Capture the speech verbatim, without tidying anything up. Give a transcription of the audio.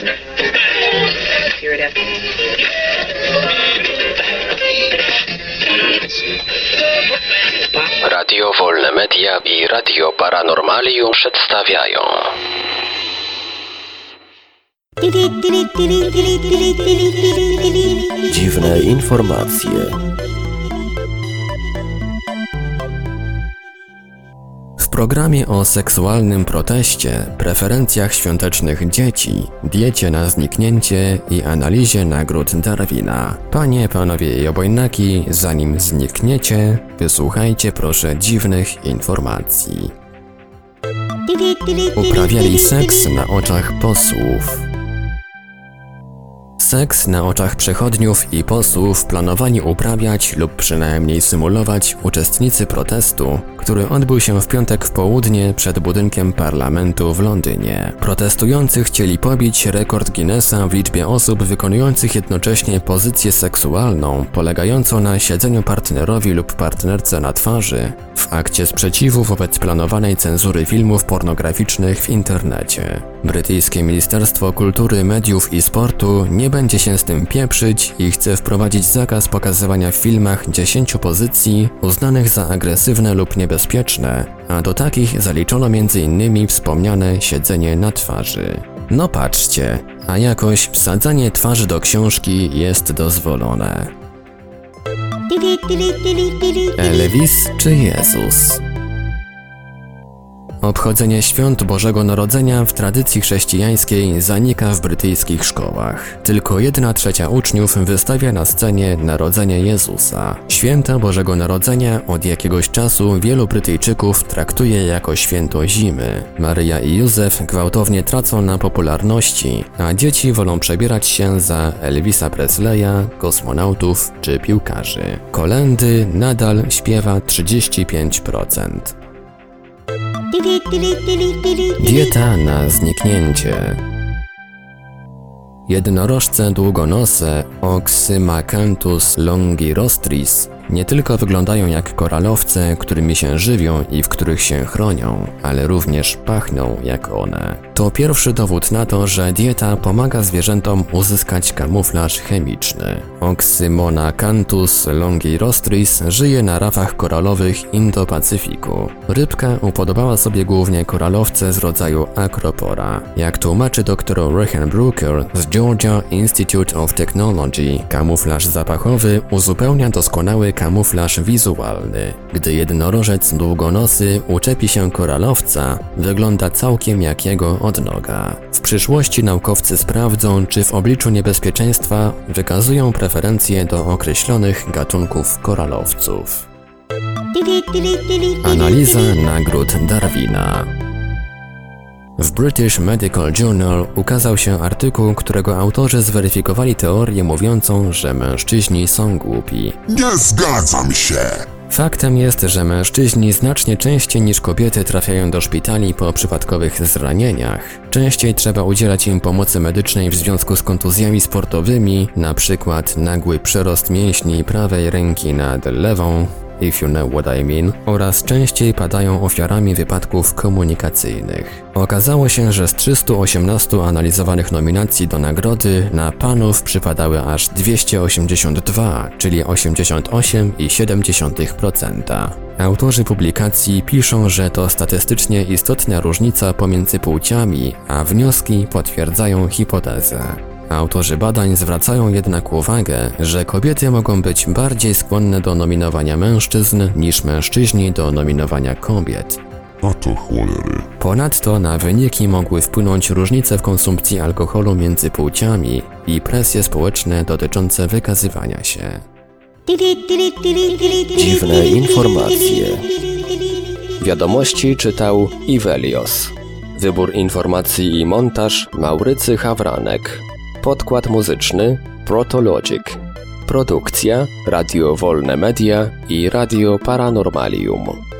Radio Wolne Media i Radio Paranormalium przedstawiają dziwne informacje. W programie o seksualnym proteście, preferencjach świątecznych dzieci, diecie na zniknięcie i analizie nagród Darwina. Panie, panowie i obojnaki, zanim znikniecie, wysłuchajcie proszę dziwnych informacji. Uprawiali seks na oczach posłów. Seks na oczach przechodniów i posłów planowani uprawiać lub przynajmniej symulować uczestnicy protestu, który odbył się w piątek w południe przed budynkiem parlamentu w Londynie. Protestujący chcieli pobić rekord Guinnessa w liczbie osób wykonujących jednocześnie pozycję seksualną, polegającą na siedzeniu partnerowi lub partnerce na twarzy, w akcie sprzeciwu wobec planowanej cenzury filmów pornograficznych w internecie. Brytyjskie Ministerstwo Kultury, Mediów i Sportu nie będzie się z tym pieprzyć i chce wprowadzić zakaz pokazywania w filmach dziesięciu pozycji uznanych za agresywne lub niebezpieczne, a do takich zaliczono między innymi wspomniane siedzenie na twarzy. No patrzcie, a jakoś wsadzanie twarzy do książki jest dozwolone. Elvis czy Jezus? Obchodzenie świąt Bożego Narodzenia w tradycji chrześcijańskiej zanika w brytyjskich szkołach. Tylko jedna trzecia uczniów wystawia na scenie Narodzenie Jezusa. Święta Bożego Narodzenia od jakiegoś czasu wielu Brytyjczyków traktuje jako święto zimy. Maryja i Józef gwałtownie tracą na popularności, a dzieci wolą przebierać się za Elvisa Presleya, kosmonautów czy piłkarzy. Kolędy nadal śpiewa trzydzieści pięć procent. Dieta na zniknięcie. Jednorożce długonose Oxymacanthus longirostris nie tylko wyglądają jak koralowce, którymi się żywią i w których się chronią, ale również pachną jak one. To pierwszy dowód na to, że dieta pomaga zwierzętom uzyskać kamuflaż chemiczny. Oxymonacanthus longirostris żyje na rafach koralowych Indo-Pacyfiku. Rybka upodobała sobie głównie koralowce z rodzaju Acropora. Jak tłumaczy dr Rehan Brooker z Georgia Institute of Technology, kamuflaż zapachowy uzupełnia doskonały kamuflaż wizualny. Gdy jednorożec długonosy uczepi się koralowca, wygląda całkiem jak jego odnoga. W przyszłości naukowcy sprawdzą, czy w obliczu niebezpieczeństwa wykazują preferencje do określonych gatunków koralowców. Analiza nagród Darwina. W British Medical Journal ukazał się artykuł, którego autorzy zweryfikowali teorię mówiącą, że mężczyźni są głupi. Nie zgadzam się! Faktem jest, że mężczyźni znacznie częściej niż kobiety trafiają do szpitali po przypadkowych zranieniach. Częściej trzeba udzielać im pomocy medycznej w związku z kontuzjami sportowymi, na przykład nagły przerost mięśni prawej ręki nad lewą, if you know what I mean, oraz częściej padają ofiarami wypadków komunikacyjnych. Okazało się, że z trzystu osiemnastu analizowanych nominacji do nagrody na panów przypadały aż dwieście osiemdziesiąt dwa, czyli osiemdziesiąt osiem przecinek siedem procent. Autorzy publikacji piszą, że to statystycznie istotna różnica pomiędzy płciami, a wnioski potwierdzają hipotezę. Autorzy badań zwracają jednak uwagę, że kobiety mogą być bardziej skłonne do nominowania mężczyzn niż mężczyźni do nominowania kobiet. A to cholery. Ponadto na wyniki mogły wpłynąć różnice w konsumpcji alkoholu między płciami i presje społeczne dotyczące wykazywania się. Dziwne informacje. Wiadomości czytał Ivelios. Wybór informacji i montaż Maurycy Hawranek. Podkład muzyczny Protologic. Produkcja Radio Wolne Media i Radio Paranormalium.